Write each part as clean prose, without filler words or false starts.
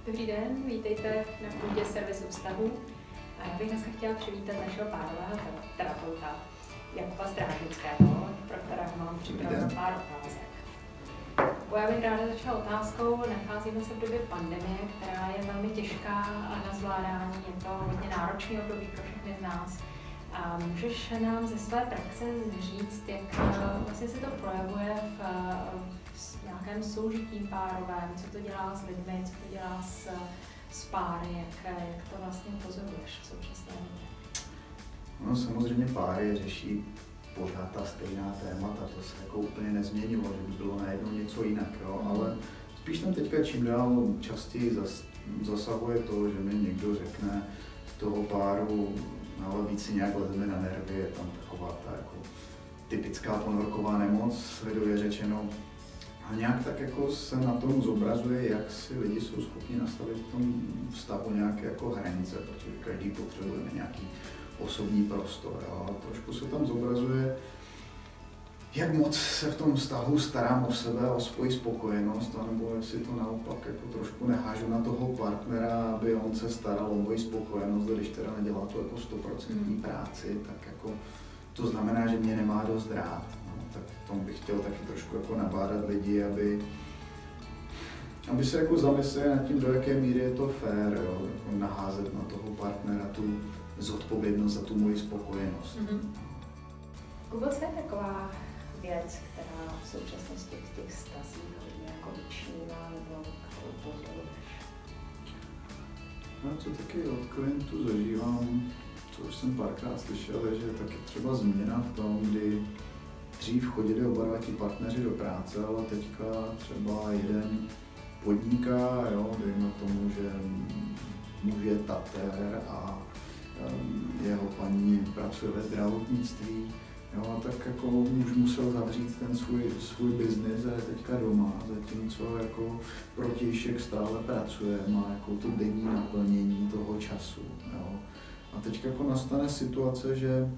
Dobrý den, vítejte na půdě servisu vztahů. A já bych dneska chtěla přivítat našeho párového terapeuta, Jakuba Strážnického, pro kterého mám připraveno pár otázek. Já bych ráda začala otázkou. Nacházíme se v době pandemie, která je velmi těžká na zvládání, je to hodně náročný období pro všechny z nás. A můžeš nám ze své praxe říct, jak vlastně se to projevuje v nějakém soužití párovém, co to dělá s lidmi, co to dělá s páry, jak to vlastně pozoruješ v současné době? No, samozřejmě páry řeší pořád ta stejná témata, to se jako úplně nezměnilo, že by bylo najednou něco jinak, jo? Ale spíš tam teďka čím dál častěji zasahuje to, že mi někdo řekne z toho páru, ale víc si nějak lezeme na nervy, je tam taková ta jako typická ponorková nemoc, lidově řečeno. A nějak tak jako se na tom zobrazuje, jak si lidi jsou schopni nastavit v tom vztahu nějaké jako hranice, protože každý potřebujeme nějaký osobní prostor. A trošku se tam zobrazuje, jak moc se v tom vztahu starám o sebe, o svoji spokojenost, anebo jestli to naopak jako trošku nehážu na toho partnera, aby on se staral o moji spokojenost, když teda nedělá tu jako 100% práci, tak jako to znamená, že mě nemá dost rád. No, tak tomu bych chtěl taky trošku jako nabádat lidi, aby se jako zamysleli nad tím, do jaké míry je to fér, jo, jako naházet na toho partnera tu zodpovědnost za tu moji spokojenost. Kubo, co je taková věc, která v současnosti v těch vztazích hodně jako vyčnívá nebo kterou pozoruješ? No, co taky od klientů zažívám, co už jsem párkrát slyšel, je, že je taky třeba změna v tom, kdy dřív chodili oba dva ti partneři do práce, ale teďka třeba jeden podniká, jo, dejme tomu, že muž je tatér a jeho paní pracuje ve zdravotnictví. Jo, tak jako muž musel zavřít ten svůj biznis a je teďka doma, zatímco jako protějšek stále pracuje, má jako to denní naplnění toho času. Jo. A teď jako nastane situace, že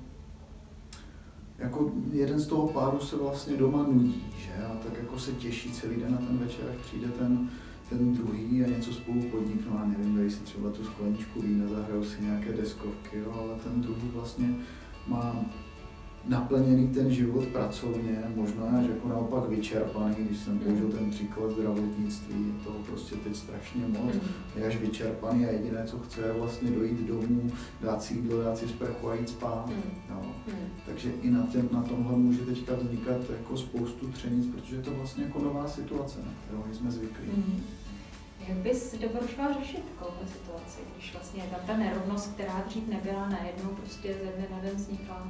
jako jeden z toho páru se vlastně doma nudí, že? A tak jako se těší celý den na ten večer, až přijde ten druhý a něco spolu podniknou, a nevím, dají si třeba tu skleničku vína, zahrajou si nějaké deskovky, jo, ale ten druhý vlastně má naplněný ten život pracovně, možná až jako naopak vyčerpaný, když jsem použil ten příklad zdravotnictví, je toho prostě teď strašně moc, je až vyčerpaný a jediné, co chce, je vlastně dojít domů, dát si jídlo, dát si sprchu a jít spát. No. Takže i na tomhle může teďka vznikat jako spoustu třenic, protože je to vlastně jako nová situace, na kterou jsme zvyklí. Jak bys doporučoval řešit takovou situaci, když vlastně tam ta nerovnost, která dřív nebyla, najednou prostě ze dne na den vznikla?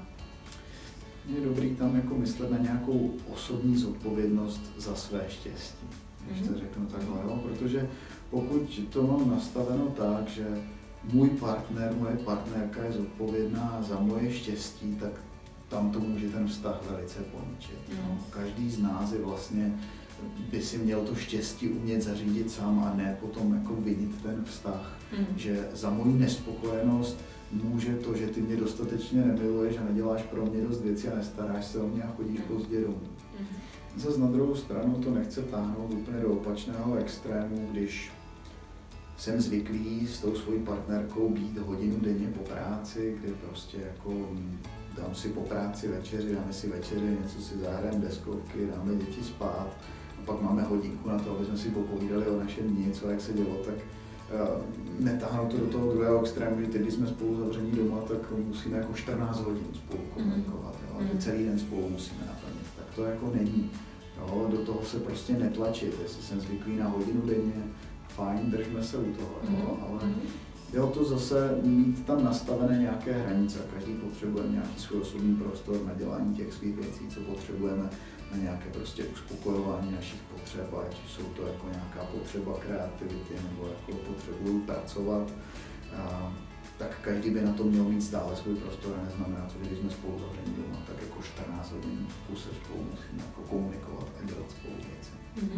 Je dobrý tam jako myslet na nějakou osobní zodpovědnost za své štěstí, když to řeknu takhle, jo? Protože pokud to mám nastaveno tak, že můj partner, moje partnerka je zodpovědná za moje štěstí, tak tam to může ten vztah velice poničit. No? Každý z nás je vlastně by si měl to štěstí umět zařídit sám a ne potom jako vinit ten vztah, že za moji nespokojenost může to, že ty mě dostatečně nemiluješ a neděláš pro mě dost věcí a nestaráš se o mě a chodíš pozdě domů. Zas na druhou stranu to nechce táhnout úplně do opačného extrému, když jsem zvyklý s tou svojí partnerkou být hodinu denně po práci, kdy prostě jako dám si po práci večeři, dáme si večeři, něco si zahrajeme deskovky, dáme děti spát a pak máme hodinku na to, aby jsme si popovídali o našem dni, co jak se dělo, tak netáhnout to do toho druhého extrému, že teď, když jsme spolu zavření doma, tak musíme jako 14 hodin spolu komunikovat, jo? Celý den spolu musíme naplnit, tak to jako není. Jo? Do toho se prostě netlačit, jestli jsem zvyklý na hodinu denně, fajn, držme se u toho, jo? Ale jde o to zase mít tam nastavené nějaké hranice, každý potřebuje nějaký svůj osobní prostor na dělání těch svých věcí, co potřebujeme, na nějaké prostě uspokojování našich potřeb, ať jsou to jako nějaká potřeba kreativity nebo jako potřebuju pracovat, tak každý by na to měl mít stále svůj prostor a neznamená to, že když jsme spolu zavření doma, tak jako 14 hodin v kuse spolu musíme jako komunikovat a dělat spolu věci.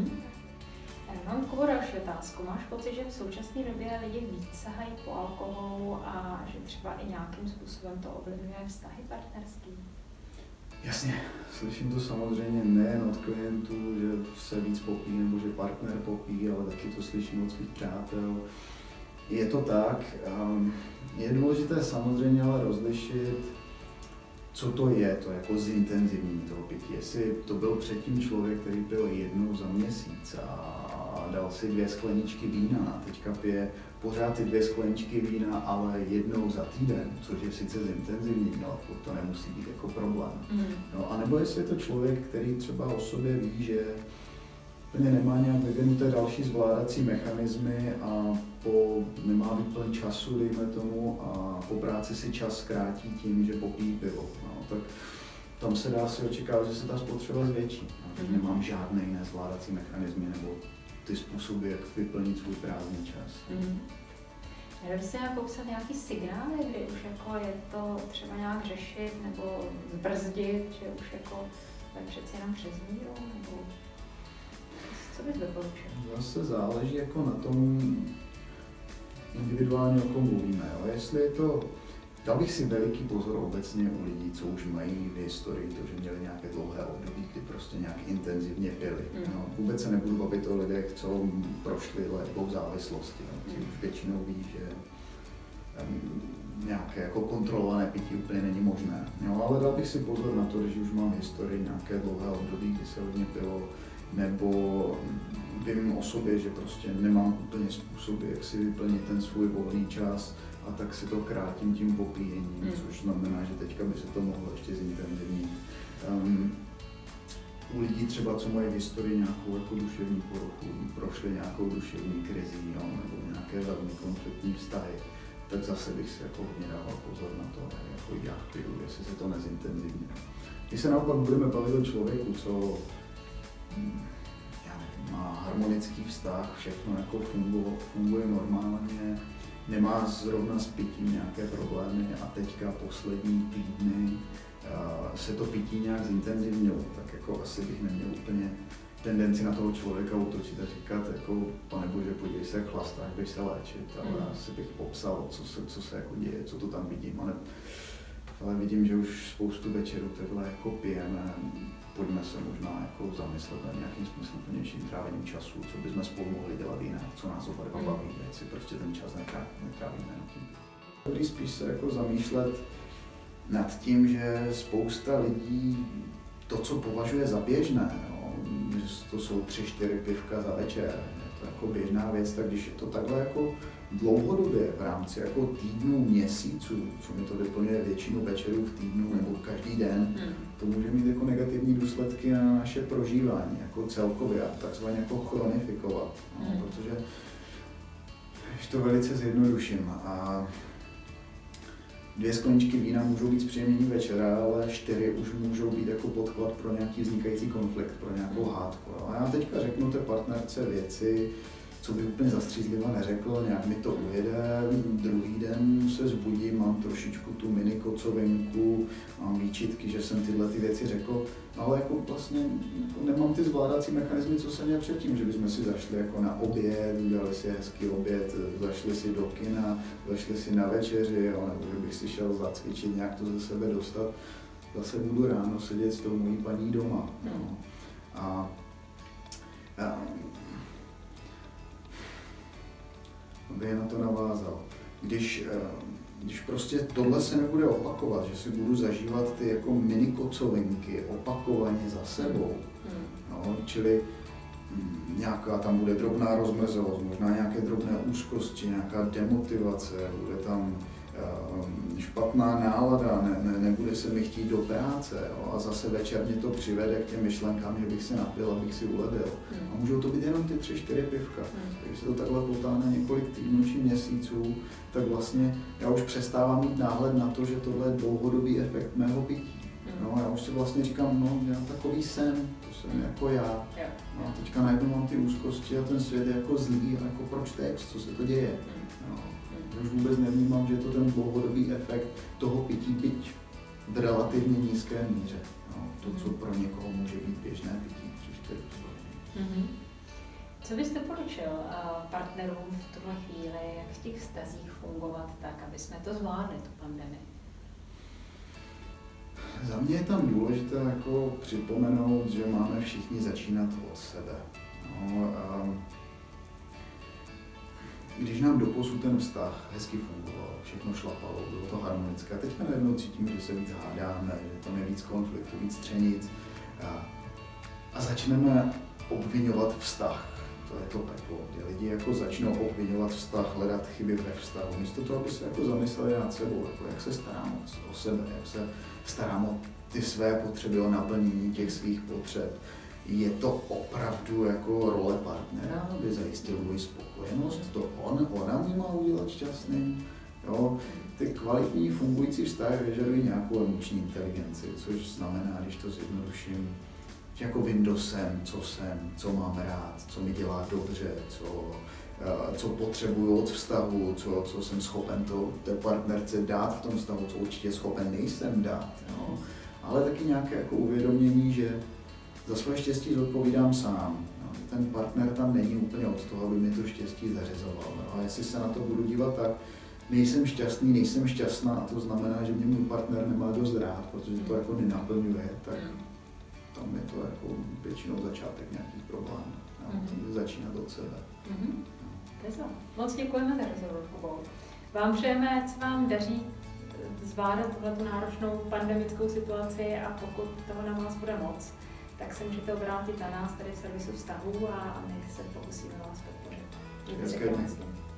Mám Kubo další otázku. Máš pocit, že v současné době lidi víc sahají po alkoholu a že třeba i nějakým způsobem to ovlivňuje vztahy partnerský? Jasně, slyším to samozřejmě nejen od klientů, že se víc popí nebo že partner popí, ale taky to slyším od svých přátel. Je to tak, je důležité samozřejmě ale rozlišit, co to je, to jako zintenzivnění toho pití. Jestli to byl předtím člověk, který pil jednou za měsíc a dal si 2 skleničky vína a teďka pije pořád ty 2 skleničky vína, ale jednou za týden, což je sice zintenzivní, ale to nemusí být jako problém. No, a nebo jestli je to člověk, který třeba o sobě ví, že úplně nemá nějak vyvinuté další zvládací mechanismy a nemá výplň času, dejme tomu, a po práci si čas zkrátí tím, že popíjí pivo. No, tak tam se dá si očekávat, že se ta spotřeba zvětší. No, nemám žádný nezvládací mechanismy nebo ty způsoby, jak vyplnit svůj prázdný čas. Měl by se popsat nějaký signály, kdy už jako je to třeba nějak řešit nebo zbrzdit, že už jako přeci jenom přes míru, nebo co bys doporučil? Zase záleží jako na tom individuálně, o kom mluvíme. Jo? Jestli je to, dal bych si veliký pozor obecně u lidí, co už mají v historii, to, že měli nějaké dlouhé období, kdy prostě nějak intenzivně pili. No, vůbec se nebudu bavit o lidech, co prošli léčbou závislosti. No? Ti už většinou ví, že nějaké jako kontrolované pití úplně není možné. Jo? Ale dal bych si pozor na to, že už mám v historii nějaké dlouhé období, kdy se hodně pilo, nebo vím o sobě, že prostě nemám úplně způsoby, jak si vyplnit ten svůj volný čas a tak si to krátím tím popíjením, což znamená, že teďka by se to mohlo ještě zintenzivnit. U lidí třeba, co mají v historii nějakou jako duševní poruchu, prošli nějakou duševní krizí, jo, nebo nějaké velmi konfliktní vztahy, tak zase bych si jako hodně dával pozor na to, jako jak piju, jestli se to nezintenzivně. Když se naopak budeme bavit o člověku, co má harmonický vztah, všechno jako funguje normálně, nemá zrovna s pitím nějaké problémy a teďka poslední týdny se to pití nějak zintenzivnilo, tak jako asi bych neměl úplně tendenci na toho člověka útočit a říkat, jako pane bože, podívej se, jak chlastáš, běž se léčit, ale asi bych popsal, co se jako děje, co to tam vidím, ale vidím, že už spoustu večerů takhle jako pijeme. Pojďme se možná jako zamyslet na nějakým smysluplnějším trávením času, co bychom spolu mohli dělat jinak, co nás oba dva baví, ať si prostě ten čas netrávíme na tím. Dobrý spíš se jako zamýšlet nad tím, že spousta lidí to, co považuje za běžné, jo, že to jsou 3-4 pivka za večer, je to jako běžná věc, tak když je to takhle jako dlouhodobě v rámci jako týdnů, měsíců, co mi to vyplňuje většinu večerů v týdnu nebo každý den, to může mít jako negativní důsledky na naše prožívání jako celkově a takzvaně jako chronifikovat, no, protože když to velice zjednoduším a 2 skleničky vína můžou být zpříjemnění večera, ale 4 už můžou být jako podklad pro nějaký vznikající konflikt, pro nějakou hádku. A já teďka řeknu té partnerce věci, co by úplně zastřízliva neřekl, nějak mi to ujede, druhý den se zbudím, mám trošičku tu mini kocovinku, mám výčitky, že jsem tyhle ty věci řekl, ale jako vlastně jako nemám ty zvládací mechanismy, co jsem měl předtím, že bychom si zašli jako na oběd, udělali si hezký oběd, zašli si do kina, zašli si na večeři, jo, nebo že bych si šel zacvičit, nějak to ze sebe dostat. Zase budu ráno sedět s tou mojí paní doma. No. Aby je na to navázal. Když prostě tohle se nebude opakovat, že si budu zažívat ty jako mini kocovinky opakovaně za sebou, no, čili nějaká tam bude drobná rozmrzelost, možná nějaké drobné úzkosti, nějaká demotivace, bude tam špatná nálada, nebude se mi chtít do práce, jo, a zase večer mě to přivede k těm myšlenkám, že bych se napil, abych si ulevil. A můžou to být jenom ty 3-4 pivka. Když se to takhle potáhne několik týdnů či měsíců, tak vlastně já už přestávám mít náhled na to, že tohle je dlouhodobý efekt mého pití. No, já už si vlastně říkám, no, já takový jsem, to jsem jako já. No, a teďka najednou mám ty úzkosti a ten svět je jako zlý, a jako proč teď, co se to děje. No. Už vůbec nevnímám, že je to ten dlouhodobý efekt toho pití, byť v relativně nízké míře. No, to, co pro někoho může být běžné pití, 3-4. Co byste doporučil partnerům v tuhle chvíli, jak v těch vztazích fungovat tak, aby jsme to zvládli, tu pandemii? Za mě je tam důležité jako připomenout, že máme všichni začínat od sebe. No, když nám doposud ten vztah hezky fungoval, všechno šlapalo, bylo to harmonické, a teďka najednou cítíme, že se víc hádáme, že tam je víc konfliktu, víc třenic a začneme obvinovat vztah. To je to peklo, kde lidi jako začnou obvinovat vztah, hledat chyby ve vztahu, místo toho, aby se jako zamysleli nad sebou, jako jak se starám o sebe, jak se starám o ty své potřeby, o naplnění těch svých potřeb. Je to opravdu jako role partnera, aby zajistil moji spokojenost, to ona mě má udělat šťastným. Jo? Ty kvalitní fungující vztahy vyžadují nějakou emoční inteligenci, což znamená, když to zjednoduším, že jako vím, kdo jsem, co mám rád, co mi dělá dobře, co potřebuju od vztahu, co jsem schopen té partnerce dát v tom vztahu, co určitě schopen nejsem dát. Jo? Ale taky nějaké jako uvědomění, že za své štěstí zodpovídám sám. Jo? Ten partner tam není úplně od toho, aby mi to štěstí zařizoval. Jo? A jestli se na to budu dívat tak, nejsem šťastný, nejsem šťastná, a to znamená, že mě můj partner nemá dost rád, protože to jako nenaplňuje, tak tam je to jako většinou začátek nějakých problémů. Začínat od sebe. Moc děkujeme za rozhovor obou. Vám přejeme, co vám daří zvládat tuhletu náročnou pandemickou situaci, a pokud toho na vás bude moc, tak se můžete obrátit na nás tady v servisu vztahů a my se pokusíme vás podpořit. Děkuji.